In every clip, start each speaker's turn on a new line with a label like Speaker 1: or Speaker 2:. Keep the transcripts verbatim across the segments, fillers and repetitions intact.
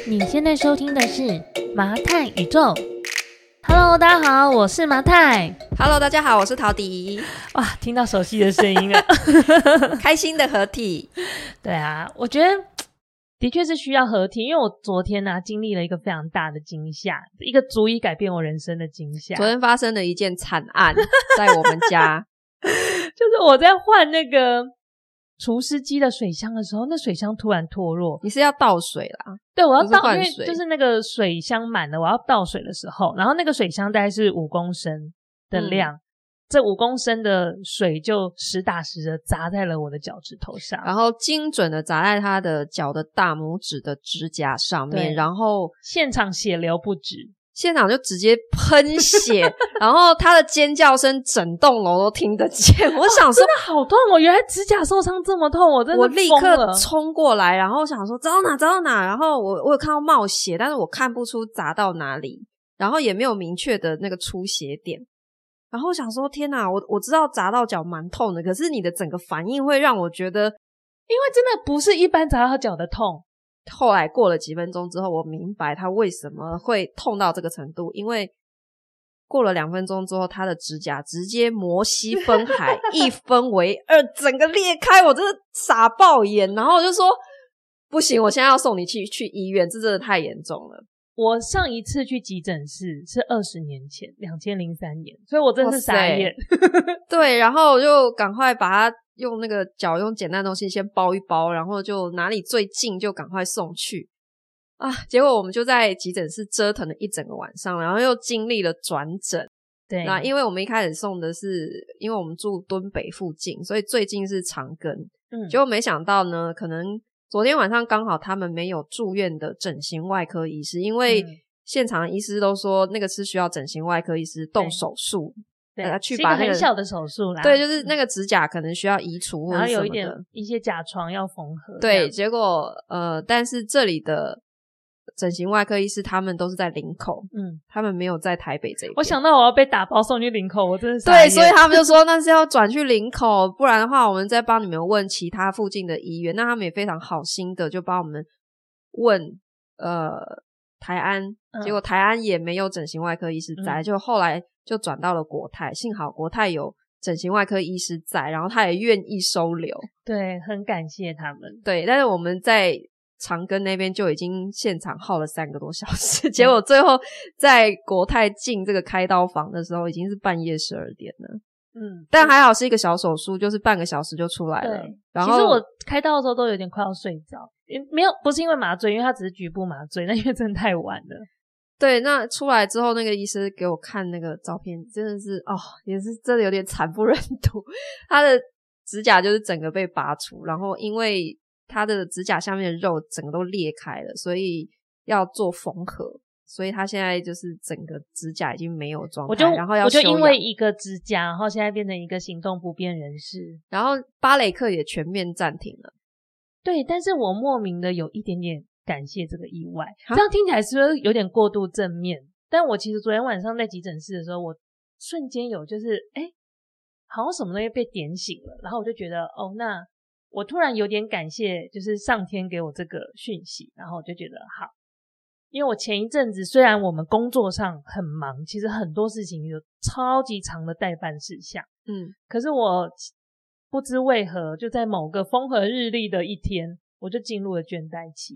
Speaker 1: 你现在收听的是麻太宇宙。Hello， 大家好，我是麻太。
Speaker 2: Hello， 大家好，我是陶迪。
Speaker 1: 哇，听到熟悉的声音了，
Speaker 2: 开心的合体。
Speaker 1: 对啊，我觉得的确是需要合体，因为我昨天啊经历了一个非常大的惊吓，一个足以改变我人生的惊吓。
Speaker 2: 昨天发生了一件惨案，在我们家，
Speaker 1: 就是我在换那个除湿机的水箱的时候，那水箱突然脱落。
Speaker 2: 你是要倒水啦？
Speaker 1: 对，我要倒，因为
Speaker 2: 水
Speaker 1: 就是那个水箱满了，我要倒水的时候，然后那个水箱大概是五公升的量，嗯、这五公升的水就实打实的砸在了我的脚趾头上，
Speaker 2: 然后精准的砸在他的脚的大拇指的指甲上面，然后
Speaker 1: 现场血流不止。
Speaker 2: 现场就直接喷血，然后他的尖叫声整栋楼都听得见。我想说，
Speaker 1: 哦、真的好痛哦！原来指甲受伤这么痛，我真的
Speaker 2: 我立刻冲过来，然后想说砸到哪砸到哪，然后我我有看到冒血，但是我看不出砸到哪里，然后也没有明确的那个出血点。然后我想说，天哪，我我知道砸到脚蛮痛的，可是你的整个反应会让我觉得，因
Speaker 1: 为真的不是一般砸到脚的痛。
Speaker 2: 后来过了几分钟之后，我明白他为什么会痛到这个程度，因为过了两分钟之后，他的指甲直接摩西分海，一分为二，整个裂开，我真的傻爆眼。然后我就说不行，我现在要送你去去医院，这真的太严重了。
Speaker 1: 我上一次去急诊室是二十年前，二零零三年，所以我真的是傻眼。
Speaker 2: 对，然后我就赶快把它用那个脚用简单的东西先包一包，然后就哪里最近就赶快送去啊！结果我们就在急诊室折腾了一整个晚上，然后又经历了转诊。
Speaker 1: 对，
Speaker 2: 那因为我们一开始送的是，因为我们住敦北附近，所以最近是长庚。嗯，结果没想到呢，可能昨天晚上刚好他们没有住院的整形外科医师，因为现场的医师都说那个是需要整形外科医师动手术。
Speaker 1: 对，
Speaker 2: 呃、去把那个
Speaker 1: 是一个很小的手术啦。
Speaker 2: 对，就是那个指甲可能需要移除或者什么的，
Speaker 1: 然后有一点一些甲床要缝合。
Speaker 2: 对，结果呃，但是这里的整形外科医师他们都是在林口，嗯，他们没有在台北这边。
Speaker 1: 我想到我要被打包送去林口，我真的傻眼。
Speaker 2: 对，所以他们就说那是要转去林口，不然的话我们再帮你们问其他附近的医院。那他们也非常好心的就帮我们问呃台安、嗯、结果台安也没有整形外科医师在、嗯、就后来就转到了国泰，幸好国泰有整形外科医师在，然后他也愿意收留。
Speaker 1: 对，很感谢他们。
Speaker 2: 对，但是我们在长庚那边就已经现场耗了三个多小时、嗯、结果最后在国泰进这个开刀房的时候已经是半夜十二点了。嗯，但还好是一个小手术，就是半个小时就出来了。
Speaker 1: 对，
Speaker 2: 然后
Speaker 1: 其实我开刀的时候都有点快要睡着，没有，不是因为麻醉，因为它只是局部麻醉，那因为真的太晚了。
Speaker 2: 对，那出来之后那个医师给我看那个照片，真的是哦，也是真的有点惨不忍睹。他的指甲就是整个被拔除，然后因为他的指甲下面的肉整个都裂开了，所以要做缝合，所以他现在就是整个指甲已经没有状态，
Speaker 1: 我就
Speaker 2: 然后要
Speaker 1: 我就因为一个指甲，然后现在变成一个行动不便人士，
Speaker 2: 然后芭蕾课也全面暂停了。
Speaker 1: 对，但是我莫名的有一点点感谢这个意外，这样听起来是不是有点过度正面？但我其实昨天晚上在急诊室的时候，我瞬间有就是诶好像什么东西被点醒了，然后我就觉得哦，那我突然有点感谢就是上天给我这个讯息，然后我就觉得好，因为我前一阵子虽然我们工作上很忙，其实很多事情有超级长的待办事项，嗯，可是我不知为何就在某个风和日丽的一天，我就进入了倦怠期。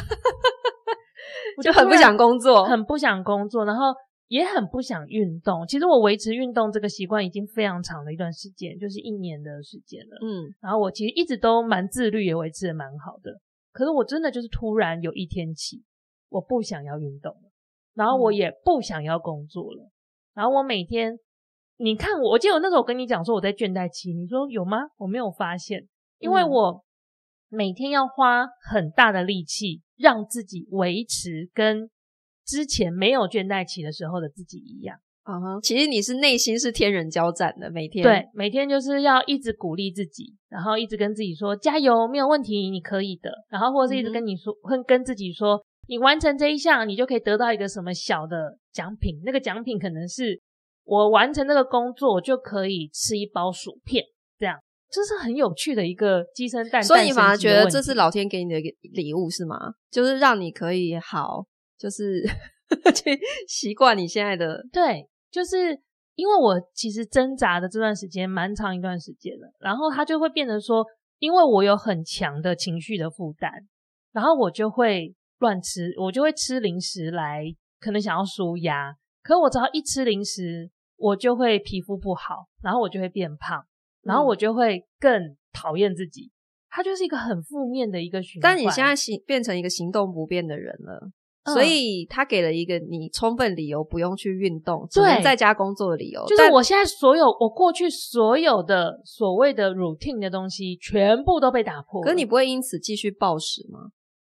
Speaker 2: 我就很不想工作，
Speaker 1: 很不想工作，然后也很不想运动。其实我维持运动这个习惯已经非常长的一段时间，就是一年的时间了。嗯，然后我其实一直都蛮自律，也维持得蛮好的。可是我真的就是突然有一天起，我不想要运动了，然后我也不想要工作了。嗯、然后我每天，你看我，我记得我那时候我跟你讲说我在倦怠期，你说有吗？我没有发现，因为我每天要花很大的力气让自己维持跟之前没有倦怠期的时候的自己一样。
Speaker 2: 嗯哼，其实你是内心是天人交战的，每天。
Speaker 1: 对，每天就是要一直鼓励自己，然后一直跟自己说加油，没有问题，你可以的。然后或者是一直跟你说，会、嗯、跟自己说，你完成这一项，你就可以得到一个什么小的奖品。那个奖品可能是我完成这个工作，我就可以吃一包薯片，这样。 这是很有趣的一个鸡生蛋，
Speaker 2: 所以你反而觉得这是老天给你的礼物是吗？就是让你可以好，就是去习惯你现在的。
Speaker 1: 对，就是因为我其实挣扎的这段时间蛮长一段时间了，然后它就会变成说，因为我有很强的情绪的负担，然后我就会乱吃，我就会吃零食来可能想要抒压，可我只要一吃零食，我就会皮肤不好，然后我就会变胖，然后我就会更讨厌自己，它就是一个很负面的一个循环。
Speaker 2: 但你现在行变成一个行动不便的人了，嗯，所以他给了一个你充分理由不用去运动，只能在家工作的理由。
Speaker 1: 就是我现在所有我过去所有的所谓的 routine 的东西全部都被打破了。
Speaker 2: 可是你不会因此继续暴食吗？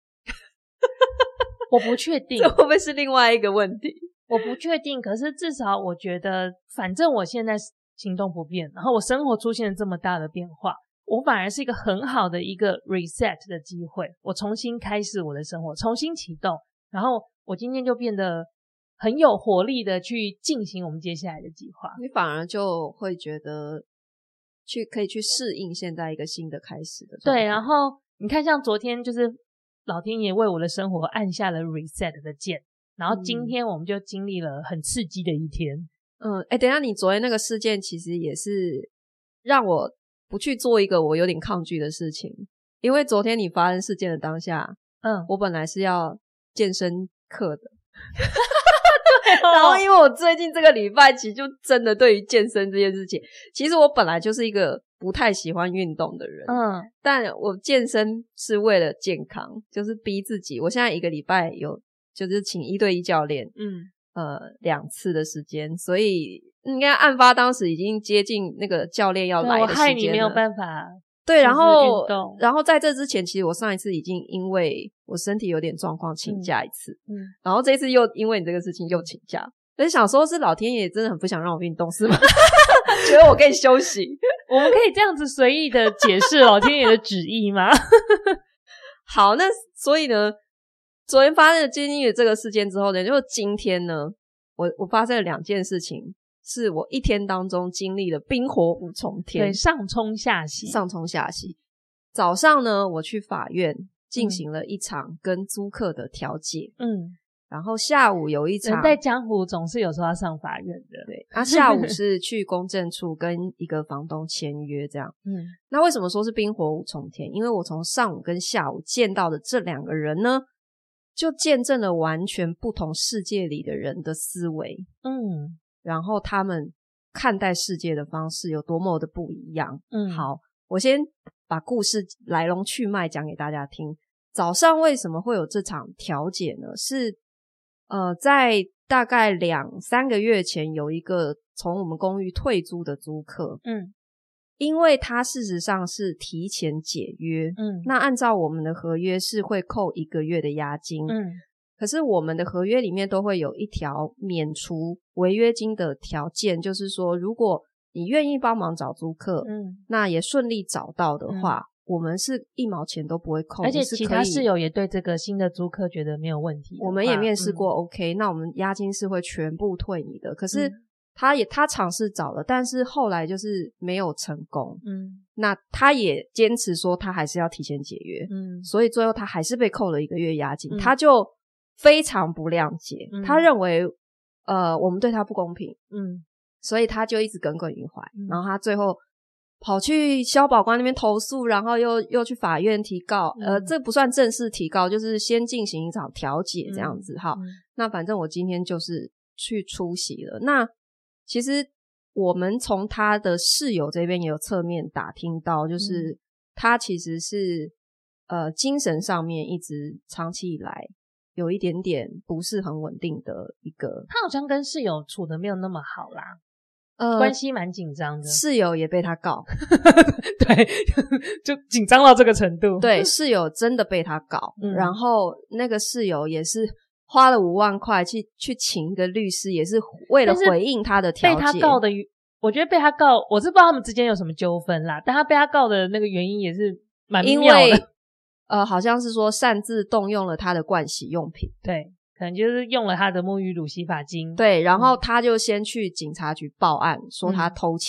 Speaker 1: 我不确定，
Speaker 2: 这会不会是另外一个问题？
Speaker 1: 我不确定，可是至少我觉得反正我现在行动不便，然后我生活出现了这么大的变化，我反而是一个很好的一个 reset 的机会，我重新开始我的生活，重新启动，然后我今天就变得很有活力的去进行我们接下来的计划。
Speaker 2: 你反而就会觉得去可以去适应现在一个新的开始的状态。
Speaker 1: 对，然后你看像昨天就是老天爷为我的生活按下了 reset 的键，然后今天我们就经历了很刺激的一天。
Speaker 2: 嗯，诶，等一下，你昨天那个事件其实也是让我不去做一个我有点抗拒的事情，因为昨天你发生事件的当下，嗯，我本来是要健身课的。对哦，然后因为我最近这个礼拜其实就真的对于健身这件事情，其实我本来就是一个不太喜欢运动的人，嗯，但我健身是为了健康，就是逼自己。我现在一个礼拜有就是请一对一教练，嗯，呃，两次的时间，所以应该案发当时已经接近那个教练要来的时间了。我
Speaker 1: 害你没有办法。
Speaker 2: 对，然后然后在这之前，其实我上一次已经因为我身体有点状况请假一次，嗯，嗯然后这一次又因为你这个事情又请假，所以想说是老天爷真的很不想让我运动是吗？觉得我可以休息。
Speaker 1: 我们可以这样子随意的解释老天爷的旨意吗？
Speaker 2: 好，那所以呢，昨天发生了经历了这个事件之后呢，就今天呢，我我发生了两件事情。是我一天当中经历了冰火五重天，
Speaker 1: 对，上冲下洗，
Speaker 2: 上冲下洗。早上呢，我去法院进行了一场跟租客的调解，嗯，然后下午有一场，
Speaker 1: 人在江湖总是有时候要上法院的，
Speaker 2: 对。那、啊、下午是去公证处跟一个房东签约，这样，嗯。那为什么说是冰火五重天？因为我从上午跟下午见到的这两个人呢，就见证了完全不同世界里的人的思维，嗯。然后他们看待世界的方式有多么的不一样。嗯，好，我先把故事来龙去脉讲给大家听。早上为什么会有这场调解呢？是呃，在大概两三个月前，有一个从我们公寓退租的租客，嗯，因为他事实上是提前解约，嗯，那按照我们的合约是会扣一个月的押金，嗯。可是我们的合约里面都会有一条免除违约金的条件，就是说如果你愿意帮忙找租客，嗯，那也顺利找到的话，嗯，我们是一毛钱都不会扣，
Speaker 1: 而且其他室友也对这个新的租客觉得没有问题，
Speaker 2: 我们也面试过 OK，嗯，那我们押金是会全部退你的。可是他也他尝试找了，但是后来就是没有成功，嗯，那他也坚持说他还是要提前解约，嗯，所以最后他还是被扣了一个月押金，嗯，他就非常不谅解，嗯，他认为呃我们对他不公平，嗯，所以他就一直耿耿于怀，嗯，然后他最后跑去消保官那边投诉，然后又又去法院提告，嗯，呃这不算正式提告，就是先进行一场调解这样子，嗯，好，嗯，那反正我今天就是去出席了。那其实我们从他的室友这边也有侧面打听到，就是，嗯，他其实是呃精神上面一直长期以来有一点点不是很稳定的一个，
Speaker 1: 他好像跟室友处得没有那么好啦，呃，关系蛮紧张的，
Speaker 2: 室友也被他告，
Speaker 1: 对，就紧张到这个程度，
Speaker 2: 对，室友真的被他告，嗯，然后那个室友也是花了五万块去去请一个律师，也是为了回应他的调解。
Speaker 1: 被他告的，我觉得被他告，我是不知道他们之间有什么纠纷啦，但他被他告的那个原因也是蛮妙的，因为
Speaker 2: 呃，好像是说擅自动用了他的盥洗用品，
Speaker 1: 对，可能就是用了他的沐浴乳、洗发精，
Speaker 2: 对，然后他就先去警察局报案，说他偷窃，嗯，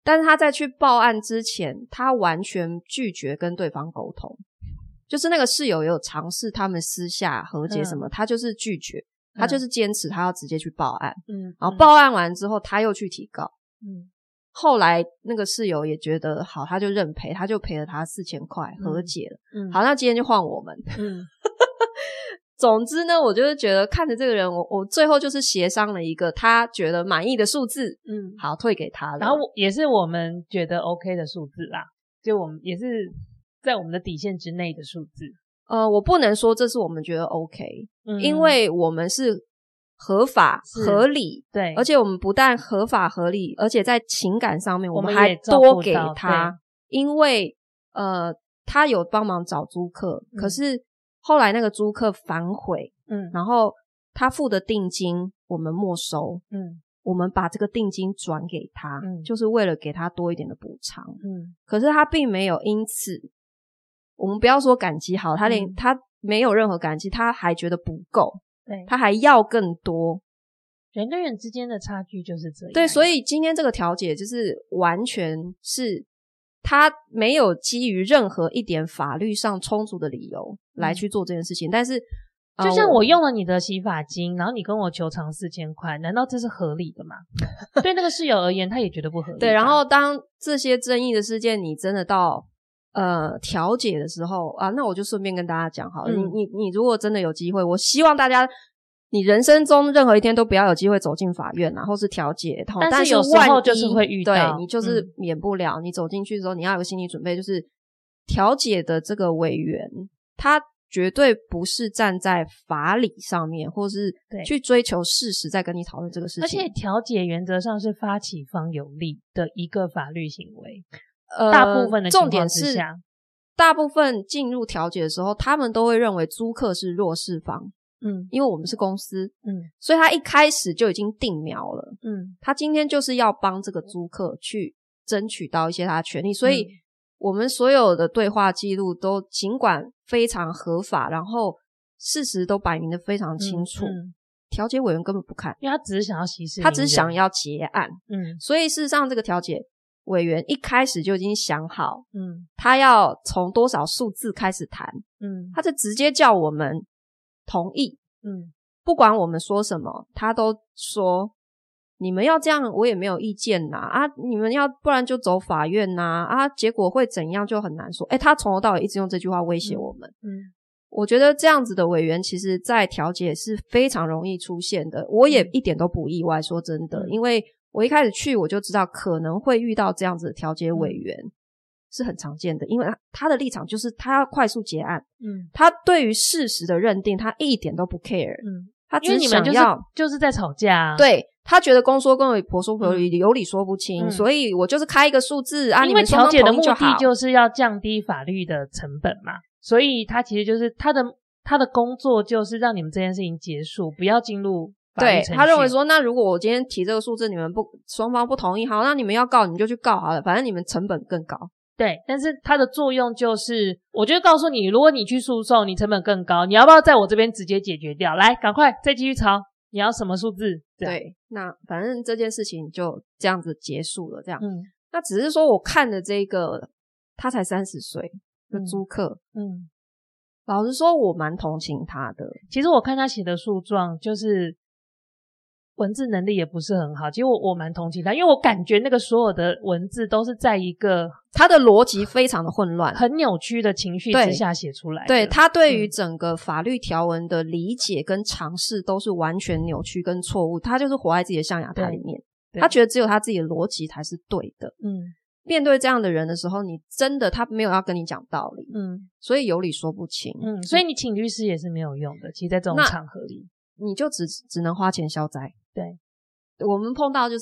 Speaker 2: 但是他在去报案之前，他完全拒绝跟对方沟通，就是那个室友也有尝试他们私下和解什么、嗯、他就是拒绝，他就是坚持他要直接去报案，嗯，然后报案完之后他又去提告，嗯，后来那个室友也觉得好，他就认赔，他就赔了他四千块和解了，嗯，好，那今天就换我们，嗯总之呢，我就是觉得看着这个人，我我最后就是协商了一个他觉得满意的数字，嗯，好，退给他了。
Speaker 1: 然后也是我们觉得 OK 的数字啦，就我们也是在我们的底线之内的数字。
Speaker 2: 呃，我不能说这是我们觉得 OK，嗯，因为我们是合法合理，
Speaker 1: 对，
Speaker 2: 而且我们不但合法合理，而且在情感上面我们还多给他，因为呃他有帮忙找租客，嗯，可是后来那个租客反悔，嗯，然后他付的定金我们没收，嗯，我们把这个定金转给他，嗯，就是为了给他多一点的补偿，嗯，可是他并没有因此，我们不要说感激好，他连、嗯、他没有任何感激，他还觉得不够，
Speaker 1: 对，
Speaker 2: 他还要更多。
Speaker 1: 人跟人之间的差距就是这样，
Speaker 2: 对，所以今天这个调解就是完全是他没有基于任何一点法律上充足的理由来去做这件事情，嗯，但是
Speaker 1: 就像我用了你的洗发精，然后你跟我求偿四千块，难道这是合理的吗？对那个室友而言，他也觉得不合理。
Speaker 2: 对，然后当这些争议的事件你真的到呃调解的时候啊，那我就顺便跟大家讲好了，嗯，你你你如果真的有机会，我希望大家你人生中任何一天都不要有机会走进法院啊，或是调解，
Speaker 1: 但是有时候就是会遇到，
Speaker 2: 对，你就是免不了，嗯，你走进去之后你要有个心理准备，就是调解的这个委员他绝对不是站在法理上面或是去追求事实在跟你讨论这个事情，
Speaker 1: 而且调解原则上是发起方有利的一个法律行为，
Speaker 2: 呃，
Speaker 1: 大部分的情况之下，
Speaker 2: 大部分进入调解的时候他们都会认为租客是弱势方，嗯，因为我们是公司，嗯，所以他一开始就已经定苗了，嗯，他今天就是要帮这个租客去争取到一些他的权利，所以我们所有的对话记录都尽管非常合法，然后事实都摆明的非常清楚，嗯嗯，调解委员根本不看，
Speaker 1: 因为他只是想要息事宁人，
Speaker 2: 他只是想要结案，嗯，所以事实上这个调解委员一开始就已经想好，嗯，他要从多少数字开始谈，嗯，他就直接叫我们同意，嗯，不管我们说什么他都说你们要这样我也没有意见啦，啊你们要不然就走法院啦，啊结果会怎样就很难说，诶他从头到尾一直用这句话威胁我们，嗯，嗯我觉得这样子的委员其实在调解是非常容易出现的，我也一点都不意外，说真的，嗯，因为我一开始去我就知道可能会遇到这样子的调解委员，嗯，是很常见的，因为他的立场就是他要快速结案，嗯，他对于事实的认定他一点都不 care， 嗯，他只是想要，
Speaker 1: 因为你们就是就是在吵架啊，
Speaker 2: 对，他觉得公说公有理婆说婆有理，嗯，有理说不清，嗯，所以我就是开一个数字啊，
Speaker 1: 因为调解的目的就是要降低法律的成本嘛，所以他其实就是他的他的工作就是让你们这件事情结束，不要进入法律程序。
Speaker 2: 对，他认为说那如果我今天提这个数字你们不双方不同意，好，那你们要告你们就去告好了，反正你们成本更高。
Speaker 1: 对，但是它的作用就是我就告诉你，如果你去诉讼你成本更高，你要不要在我这边直接解决掉，来赶快再继续吵，你要什么数字？
Speaker 2: 对，那反正这件事情就这样子结束了这样，嗯，那只是说我看的这个他才三十岁的租客，嗯，嗯老实说我蛮同情他的。
Speaker 1: 其实我看他写的诉状就是文字能力也不是很好，其实我我蛮同情他，因为我感觉那个所有的文字都是在一个
Speaker 2: 他的逻辑非常的混乱
Speaker 1: 很扭曲的情绪之下写出来的。
Speaker 2: 对，他对于整个法律条文的理解跟尝试都是完全扭曲跟错误，他就是活在自己的象牙塔里面，他觉得只有他自己的逻辑才是对的。嗯，面对这样的人的时候，你真的他没有要跟你讲道理，嗯，所以有理说不清，
Speaker 1: 嗯，所以你请律师也是没有用的，其实在这种场合里
Speaker 2: 你就只只能花钱消灾。
Speaker 1: 对，
Speaker 2: 我们碰到就是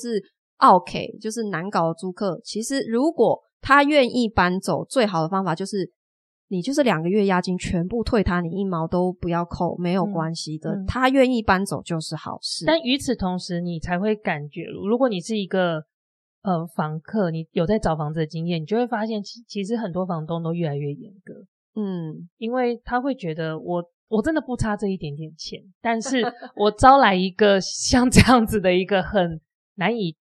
Speaker 2: OK 就是难搞的租客，其实如果他愿意搬走，最好的方法就是你就是两个月押金全部退他，你一毛都不要扣，没有关系的，嗯嗯，他愿意搬走就是好事。
Speaker 1: 但与此同时你才会感觉，如果你是一个呃房客，你有在找房子的经验，你就会发现其其实很多房东都越来越严格。嗯，因为他会觉得我我真的不差这一点点钱，但是我招来一个像这样子的一个很难以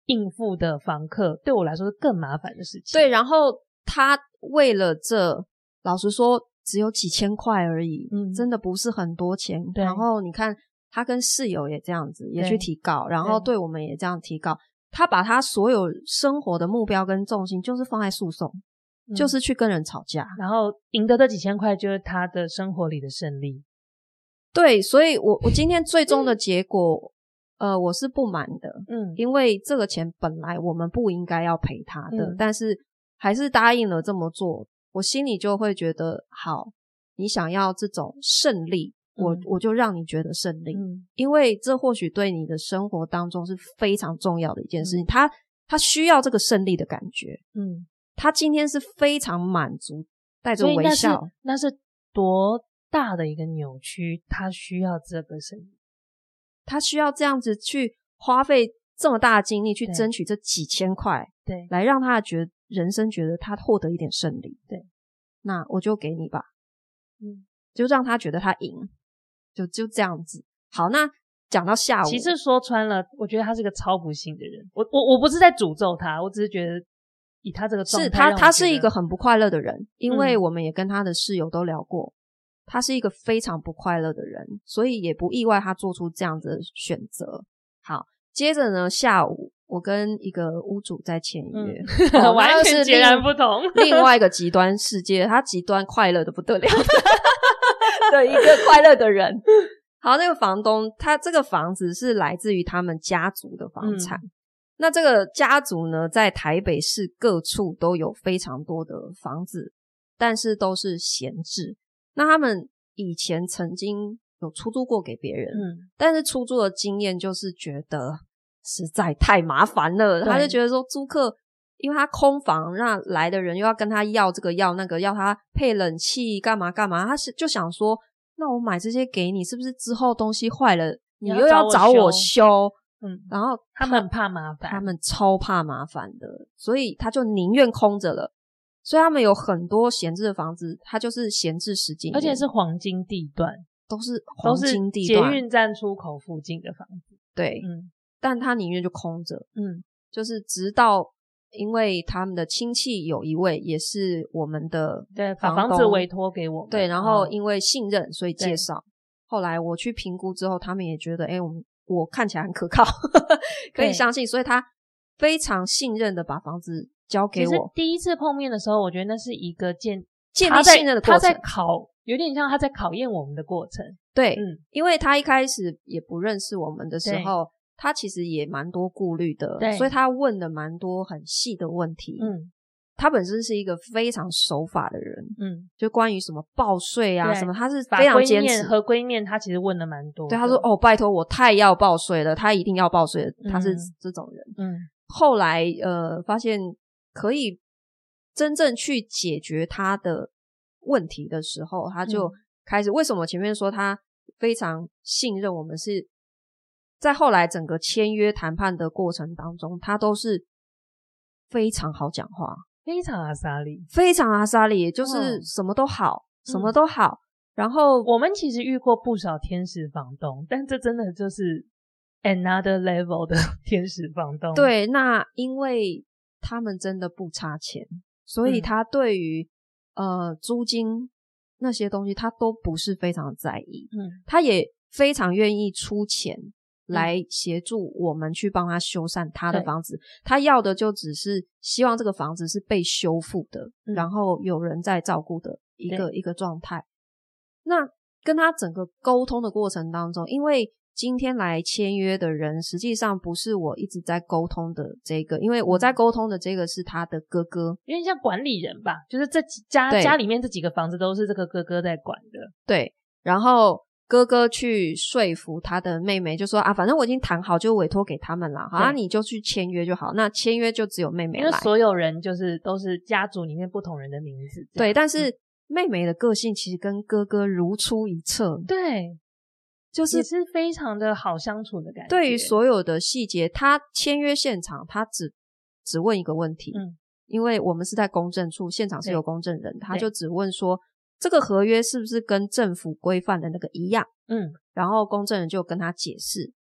Speaker 1: 应付的房客，对我来说是更麻烦的事情。
Speaker 2: 对，然后他为了这，老实说只有几千块而已，嗯，真的不是很多钱。然后你看他跟室友也这样子也去提告，然后对我们也这样提告，他把他所有生活的目标跟重心就是放在诉讼，嗯，就是去跟人吵架，
Speaker 1: 然后赢得这几千块就是他的生活里的胜利。
Speaker 2: 对，所以我我今天最终的结果呃，我是不满的，嗯，因为这个钱本来我们不应该要赔他的，嗯，但是还是答应了这么做，我心里就会觉得，好，你想要这种胜利，嗯，我我就让你觉得胜利，嗯，因为这或许对你的生活当中是非常重要的一件事情，嗯，他他需要这个胜利的感觉，嗯，他今天是非常满足，带着微笑，
Speaker 1: 那是那是多大的一个扭曲，他需要这个胜利。
Speaker 2: 他需要这样子去花费这么大的精力去争取这几千块，
Speaker 1: 对，
Speaker 2: 来让他觉得人生觉得他获得一点胜利，
Speaker 1: 对，
Speaker 2: 那我就给你吧，嗯，就让他觉得他赢，就就这样子。好，那讲到下午，
Speaker 1: 其实说穿了，我觉得他是个超不幸的人。我我我不是在诅咒他，我只是觉得以他这个状态，
Speaker 2: 是他他是一个很不快乐的人，因为我们也跟他的室友都聊过。嗯，他是一个非常不快乐的人，所以也不意外他做出这样子的选择。好，接着呢，下午我跟一个屋主在签约，
Speaker 1: 嗯哦，完全截然不同，
Speaker 2: 另外一个极端世界，他极端快乐的不得了的一个快乐的人。好，那个房东他这个房子是来自于他们家族的房产，嗯，那这个家族呢在台北市各处都有非常多的房子，但是都是闲置。那他们以前曾经有出租过给别人，嗯，但是出租的经验就是觉得实在太麻烦了，他就觉得说租客因为他空房，那来的人又要跟他要这个要那个，要他配冷气干嘛干嘛，他是就想说，那我买这些给你，是不是之后东西坏了你又要找我修？嗯，然后
Speaker 1: 他们很怕麻烦，
Speaker 2: 他们超怕麻烦的，所以他就宁愿空着了。所以他们有很多闲置的房子，它就是闲置十几年，
Speaker 1: 而且是黄金地段，
Speaker 2: 都是黄金地段，
Speaker 1: 都是捷运站出口附近的房子。
Speaker 2: 对，嗯，但他宁愿就空着，嗯，就是直到因为他们的亲戚有一位也是我们的
Speaker 1: 对，把房子委托给我们，
Speaker 2: 对，然后因为信任所以介绍，后来我去评估之后，他们也觉得，哎，我们我看起来很可靠，可以相信，所以他非常信任的把房子交给我。
Speaker 1: 其实第一次碰面的时候，我觉得那是一个建
Speaker 2: 建立信任的过程，
Speaker 1: 他在考，有点像他在考验我们的过程。
Speaker 2: 对，嗯，因为他一开始也不认识我们的时候，他其实也蛮多顾虑的，对，所以他问了蛮多很细的问题。嗯，他本身是一个非常守法的人，嗯，就关于什么报税啊什么，他是非常坚持。
Speaker 1: 合规面他其实问了蛮多的，
Speaker 2: 对，他说哦，拜托我太要报税了，他一定要报税的，他是这种人。嗯，后来呃发现可以真正去解决他的问题的时候，他就开始、嗯、为什么前面说他非常信任我们，是在后来整个签约谈判的过程当中，他都是非常好讲话，
Speaker 1: 非常阿莎莉，
Speaker 2: 非常阿莎莉，就是什么都好、嗯、什么都好、嗯、然后
Speaker 1: 我们其实遇过不少天使房东，但这真的就是 another level 的天使房东。
Speaker 2: 对，那因为他们真的不差钱，所以他对于、嗯、呃租金那些东西他都不是非常在意，嗯，他也非常愿意出钱来协助我们去帮他修繕他的房子，他要的就只是希望这个房子是被修复的、嗯、然后有人在照顾的一个一个状态。那跟他整个沟通的过程当中，因为今天来签约的人实际上不是我一直在沟通的这个，因为我在沟通的这个是他的哥哥，
Speaker 1: 有点像管理人吧，就是这几家家里面这几个房子都是这个哥哥在管的。
Speaker 2: 对，然后哥哥去说服他的妹妹，就说啊，反正我已经谈好，就委托给他们啦，好啊，你就去签约就好。那签约就只有妹妹来，
Speaker 1: 因为所有人就是都是家族里面不同人的名字。
Speaker 2: 对，但是妹妹的个性其实跟哥哥如出一辙。
Speaker 1: 对，就是也是非常的好相处的感觉。
Speaker 2: 对于所有的细节，他签约现场他只只问一个问题，嗯，因为我们是在公证处，现场是有公证人，他就只问说这个合约是不是跟政府规范的那个一样，嗯，然后公证人就跟他解释，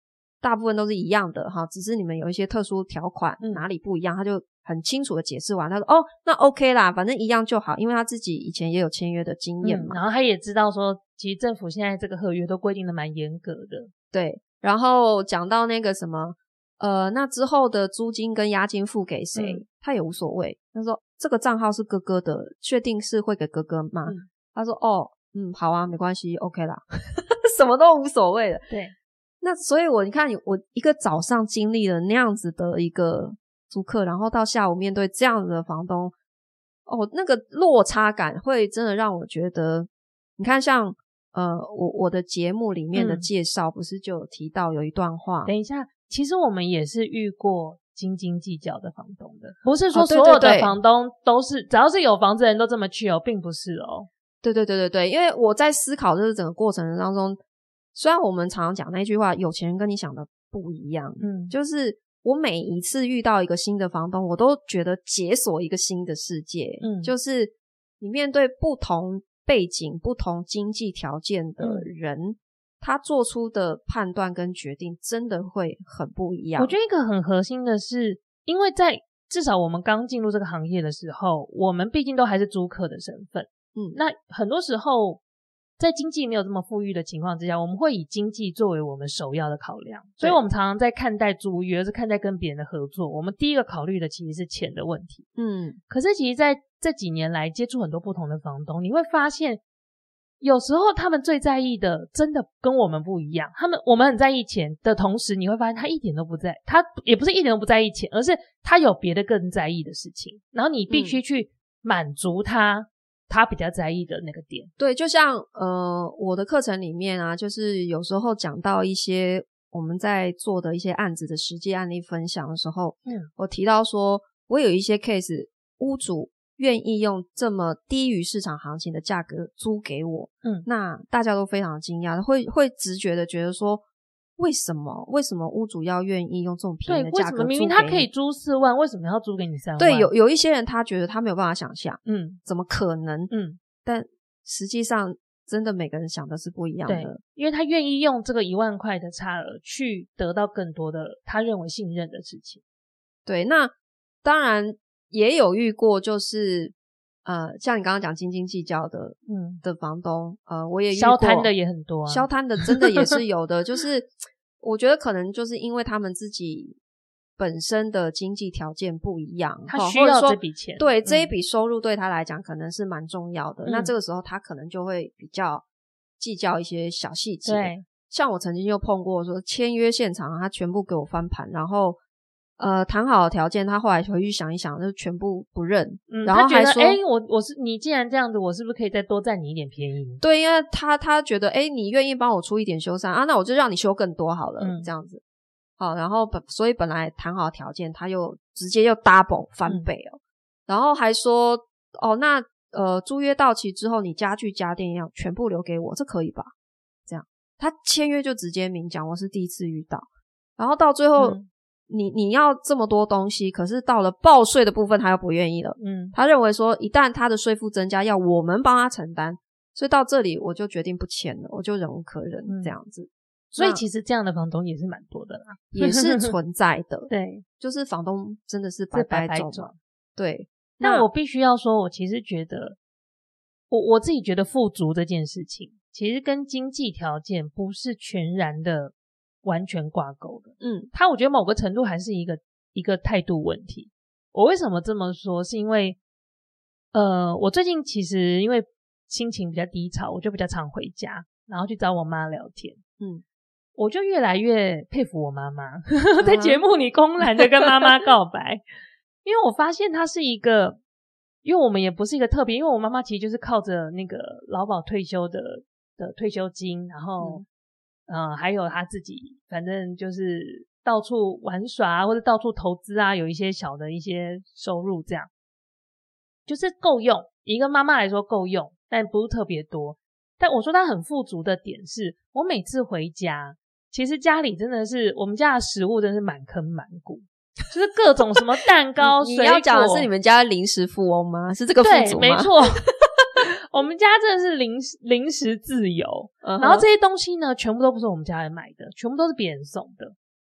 Speaker 2: 大部分都是一样的哈，只是你们有一些特殊条款、
Speaker 1: 嗯、
Speaker 2: 哪里不一样，他就很清楚的解释完，他说哦那 OK 啦，反正一样就好，因为他自己以前也有签约的经验嘛、
Speaker 1: 嗯、然后他也知道说其实政府现在这个合约都规定的蛮严格的。
Speaker 2: 对，然后讲到那个什么呃，那之后的租金跟押金付给谁、嗯、他也无所谓，他说这个账号是哥哥的，确定是会给哥哥吗、嗯、他说哦嗯好啊没关系 OK 啦什么都无所谓的。
Speaker 1: 对，
Speaker 2: 那所以我你看我一个早上经历了那样子的一个租客，然后到下午面对这样子的房东，哦那个落差感会真的让我觉得，你看像呃我我的节目里面的介绍、嗯、不是就有提到有一段话，
Speaker 1: 等一下其实我们也是遇过斤斤计较的房东的，不是说所有的房东都是、哦、对对对，只要是有房子的人都这么去哦，并不是哦。
Speaker 2: 对对对对对，因为我在思考这个整个过程当中，虽然我们常常讲那句话有钱人跟你想的不一样，嗯，就是我每一次遇到一个新的房东，我都觉得解锁一个新的世界，嗯，就是你面对不同背景不同经济条件的人、嗯、他做出的判断跟决定真的会很不一样。
Speaker 1: 我觉得一个很核心的是，因为在至少我们刚进入这个行业的时候，我们毕竟都还是租客的身份，嗯，那很多时候在经济没有这么富裕的情况之下，我们会以经济作为我们首要的考量，所以我们常常在看待租约是看待跟别人的合作，我们第一个考虑的其实是钱的问题。嗯，可是其实在这几年来接触很多不同的房东，你会发现有时候他们最在意的真的跟我们不一样，他们我们很在意钱的同时，你会发现他一点都不在，他也不是一点都不在意钱，而是他有别的更在意的事情，然后你必须去满足他、嗯他比较在意的那个点。
Speaker 2: 对，就像呃我的课程里面啊，就是有时候讲到一些我们在做的一些案子的实际案例分享的时候，嗯，我提到说我有一些 case 屋主愿意用这么低于市场行情的价格租给我，嗯，那大家都非常惊讶，会会直觉的觉得说为什么为什么屋主要愿意用这种便宜的价格租给你？对，为什么
Speaker 1: 明明他可以租四万，为什么要租给你三万？
Speaker 2: 对，有有一些人他觉得他没有办法想象，嗯，怎么可能？嗯，但实际上真的每个人想的是不一样的。
Speaker 1: 对，因为他愿意用这个一万块的差额去得到更多的他认为信任的事情。
Speaker 2: 对，那当然也有遇过，就是呃，像你刚刚讲斤斤计较的，嗯，的房东，呃，我也遇过
Speaker 1: 消摊的也很多啊，
Speaker 2: 消摊的真的也是有的，就是我觉得可能就是因为他们自己本身的经济条件不一样，
Speaker 1: 他需要这笔钱，
Speaker 2: 对、
Speaker 1: 嗯、
Speaker 2: 这一笔收入对他来讲可能是蛮重要的、嗯，那这个时候他可能就会比较计较一些小细节。对，像我曾经就碰过说签约现场他全部给我翻盘，然后呃，谈好的条件，他后来回去想一想，就全部不认。嗯，然后还说，
Speaker 1: 哎、欸，我我是你既然这样子，我是不是可以再多占你一点便宜？
Speaker 2: 对，因为他他觉得，哎、欸，你愿意帮我出一点修缮啊，那我就让你修更多好了，嗯、这样子。好，然后本所以本来谈好的条件，他又直接又 double 翻倍哦、嗯，然后还说，哦，那呃，租约到期之后，你家具家电要全部留给我，这可以吧？这样，他签约就直接明讲，我是第一次遇到，然后到最后。嗯你你要这么多东西，可是到了报税的部分他又不愿意了。嗯，他认为说一旦他的税负增加要我们帮他承担，所以到这里我就决定不签了，我就忍无可忍、嗯、这样子。
Speaker 1: 所以其实这样的房东也是蛮多的啦，
Speaker 2: 也是存在的。
Speaker 1: 对，
Speaker 2: 就是房东真的是百百种。对，
Speaker 1: 但我必须要说，我其实觉得我我自己觉得富足这件事情其实跟经济条件不是全然的完全挂钩的，嗯，他我觉得某个程度还是一个一个态度问题。我为什么这么说？是因为，呃，我最近其实因为心情比较低潮，我就比较常回家，然后去找我妈聊天，嗯，我就越来越佩服我妈妈，在节目里公然的跟妈妈告白，因为我发现她是一个，因为我们也不是一个特别，因为我妈妈其实就是靠着那个劳保退休的的退休金，然后。嗯呃，还有他自己，反正就是到处玩耍啊，或者到处投资啊，有一些小的一些收入，这样就是够用。以一个妈妈来说够用，但不是特别多。但我说他很富足的点是，我每次回家，其实家里真的是我们家的食物真的是满坑满谷，就是各种什么蛋糕、水果。
Speaker 2: 你要讲的是你们家零食富翁吗？是这个富足吗？
Speaker 1: 对，没错。我们家真的是零零食自由， uh-huh. 然后这些东西呢全部都不是我们家人买的，全部都是别人送的。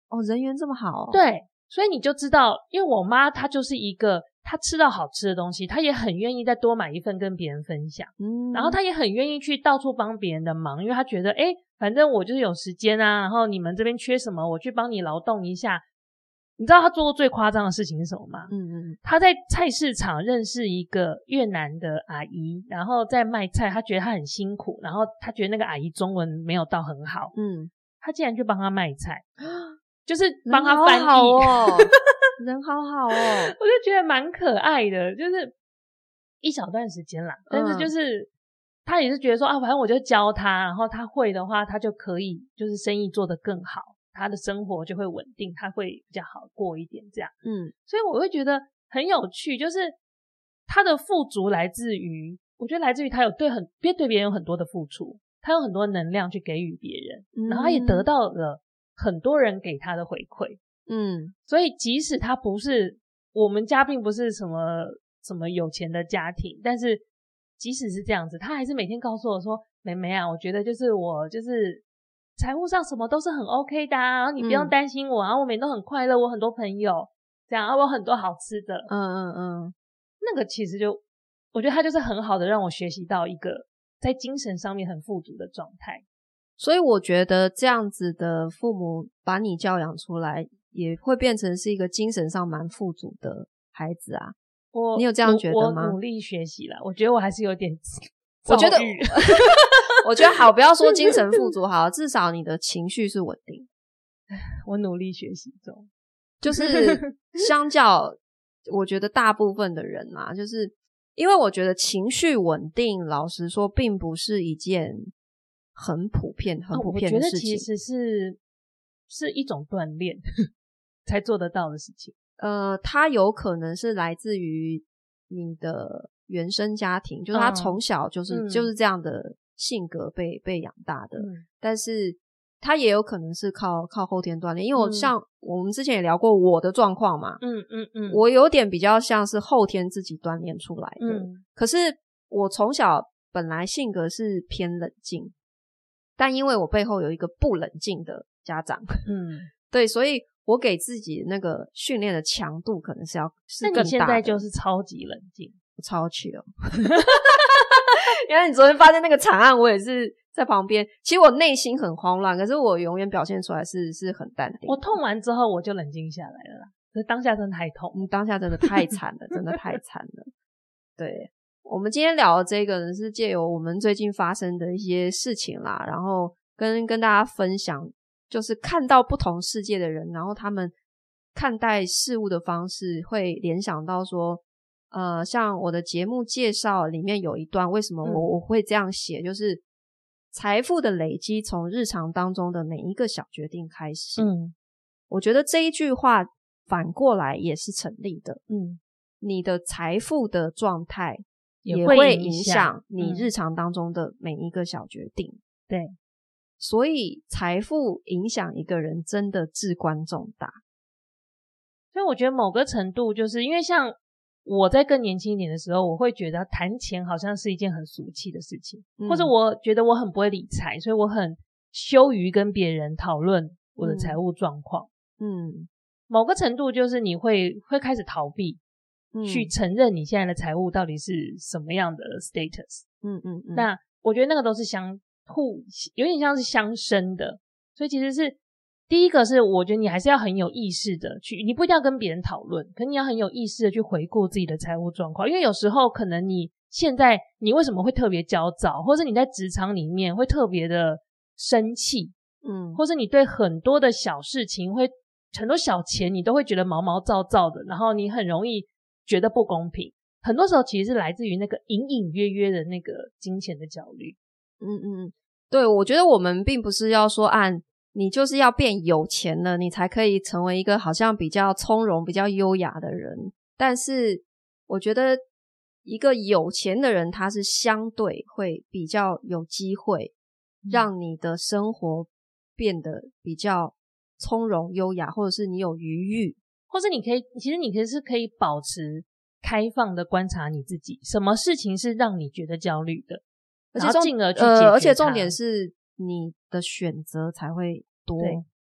Speaker 2: 哦，人缘这么好哦。
Speaker 1: 对，所以你就知道，因为我妈她就是一个她吃到好吃的东西，她也很愿意再多买一份跟别人分享，嗯，然后她也很愿意去到处帮别人的忙，因为她觉得诶反正我就是有时间啊，然后你们这边缺什么我去帮你劳动一下。你知道她做过最夸张的事情是什么吗？嗯嗯，她在菜市场认识一个越南的阿姨，然后在卖菜，她觉得她很辛苦，然后她觉得那个阿姨中文没有到很好，嗯，她竟然去帮她卖菜，就是帮她翻译，
Speaker 2: 人好好哦人好好哦，
Speaker 1: 我就觉得蛮可爱的，就是一小段时间啦，但是就是她也是觉得说啊，反正我就教她，然后她会的话，她就可以就是生意做得更好。他的生活就会稳定，他会比较好过一点这样。嗯，所以我会觉得很有趣，就是他的富足来自于，我觉得来自于他有对很别对别人有很多的付出，他有很多能量去给予别人，嗯，然后他也得到了很多人给他的回馈。嗯，所以即使他不是我们家并不是什么什么有钱的家庭，但是即使是这样子，他还是每天告诉我说，妹妹啊，我觉得就是我就是财务上什么都是很 OK 的啊，然后你不用担心我，嗯，然后我每天都很快乐，我很多朋友这样，然后我有很多好吃的，嗯嗯嗯，那个其实就我觉得他就是很好的让我学习到一个在精神上面很富足的状态。
Speaker 2: 所以我觉得这样子的父母把你教养出来，也会变成是一个精神上蛮富足的孩子啊。
Speaker 1: 我
Speaker 2: 你有这样觉得吗？
Speaker 1: 我努力学习啦，我觉得我还是有点
Speaker 2: 我觉得我觉得好，不要说精神富足好，至少你的情绪是稳定。
Speaker 1: 我努力学习中，
Speaker 2: 就是相较，我觉得大部分的人嘛，就是因为我觉得情绪稳定，老实说，并不是一件很普遍、很普遍的事情。
Speaker 1: 哦，我觉得其实是是一种锻炼才做得到的事情。
Speaker 2: 呃，它有可能是来自于你的原生家庭，就是他从小就是、嗯、就是这样的性格被被养大的，嗯，但是他也有可能是靠靠后天锻炼，因为我像、嗯、我们之前也聊过我的状况嘛，嗯嗯嗯，我有点比较像是后天自己锻炼出来的，嗯，可是我从小本来性格是偏冷静，但因为我背后有一个不冷静的家长，嗯，对，所以我给自己那个训练的强度可能是要是更大的。
Speaker 1: 那你现在就是超级冷静，
Speaker 2: 超chill。原来你昨天发现那个惨案，我也是在旁边。其实我内心很慌乱，可是我永远表现出来是是很淡定。
Speaker 1: 我痛完之后我就冷静下来了啦，可是当下真的太痛，
Speaker 2: 嗯，当下真的太惨了，真的太惨了。对，我们今天聊的这个呢，是借由我们最近发生的一些事情啦，然后跟跟大家分享。就是看到不同世界的人，然后他们看待事物的方式会联想到说呃，像我的节目介绍里面有一段，为什么我、嗯、我会这样写，就是财富的累积从日常当中的每一个小决定开始。嗯，我觉得这一句话反过来也是成立的。嗯，你的财富的状态也会影响你日常当中的每一个小决定。嗯、
Speaker 1: 对。
Speaker 2: 所以财富影响一个人真的至关重大。
Speaker 1: 所以我觉得某个程度就是因为像我在更年轻一点的时候，我会觉得谈钱好像是一件很俗气的事情、嗯、或者我觉得我很不会理财，所以我很羞于跟别人讨论我的财务状况。嗯，某个程度就是你会会开始逃避、嗯、去承认你现在的财务到底是什么样的 status。 嗯嗯嗯，那我觉得那个都是相互有点像是相生的，所以其实是第一个是我觉得你还是要很有意识的去，你不一定要跟别人讨论，可是你要很有意识的去回顾自己的财务状况，因为有时候可能你现在你为什么会特别焦躁，或是你在职场里面会特别的生气，嗯，或是你对很多的小事情会很多小钱你都会觉得毛毛躁躁的，然后你很容易觉得不公平，很多时候其实是来自于那个隐隐约约的那个金钱的焦虑。
Speaker 2: 嗯嗯，对，我觉得我们并不是要说按你就是要变有钱了，你才可以成为一个好像比较从容、比较优雅的人。但是我觉得一个有钱的人，他是相对会比较有机会让你的生活变得比较从容、优雅，或者是你有余裕，
Speaker 1: 或是你可以，其实你可以是可以保持开放的观察你自己，什么事情是让你觉得焦虑的。
Speaker 2: 而且重
Speaker 1: 进而去解决它、
Speaker 2: 呃、而且重点是你的选择才会多。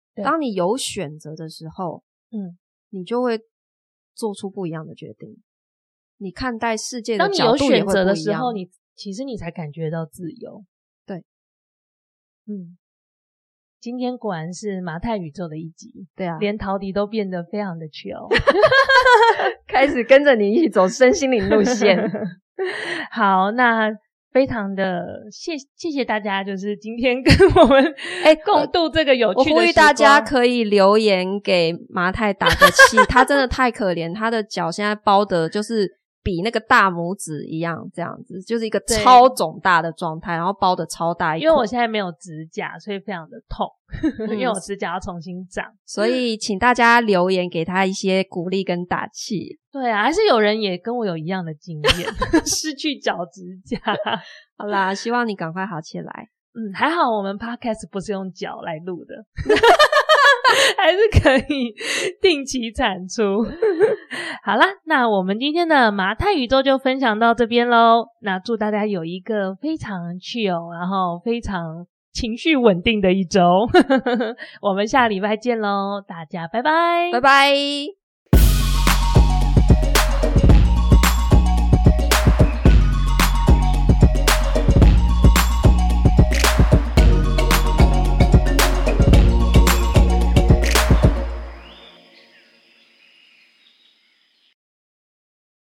Speaker 2: 当你有选择的时候，嗯，你就会做出不一样的决定。你看待世界的角度也会不一样。当你有选择的时候，
Speaker 1: 你其实你才感觉到自由。
Speaker 2: 对，
Speaker 1: 嗯，今天果然是麻太宇宙的一集。
Speaker 2: 对啊，
Speaker 1: 连陶迪都变得非常的 chill，
Speaker 2: 开始跟着你一起走身心灵路线。
Speaker 1: 好，那非常的谢谢谢大家，就是今天跟我们哎、欸、共度这个有趣的时光。
Speaker 2: 我呼吁大家可以留言给麻太打个气，他真的太可怜，他的脚现在包的就是比那个大拇指一样，这样子就是一个超肿大的状态，然后包的超大一块。
Speaker 1: 因为我现在没有指甲，所以非常的痛，嗯、因为我指甲要重新长，
Speaker 2: 所以请大家留言给他一些鼓励跟打气。
Speaker 1: 对啊，还是有人也跟我有一样的经验，失去脚趾甲。
Speaker 2: 好啦，希望你赶快好起来。
Speaker 1: 嗯，还好我们 podcast 不是用脚来录的。还是可以定期产出。好啦，那我们今天的麻太宇宙就分享到这边咯。那祝大家有一个非常 chill 然后非常情绪稳定的一周。我们下礼拜见咯，大家拜拜
Speaker 2: 拜拜。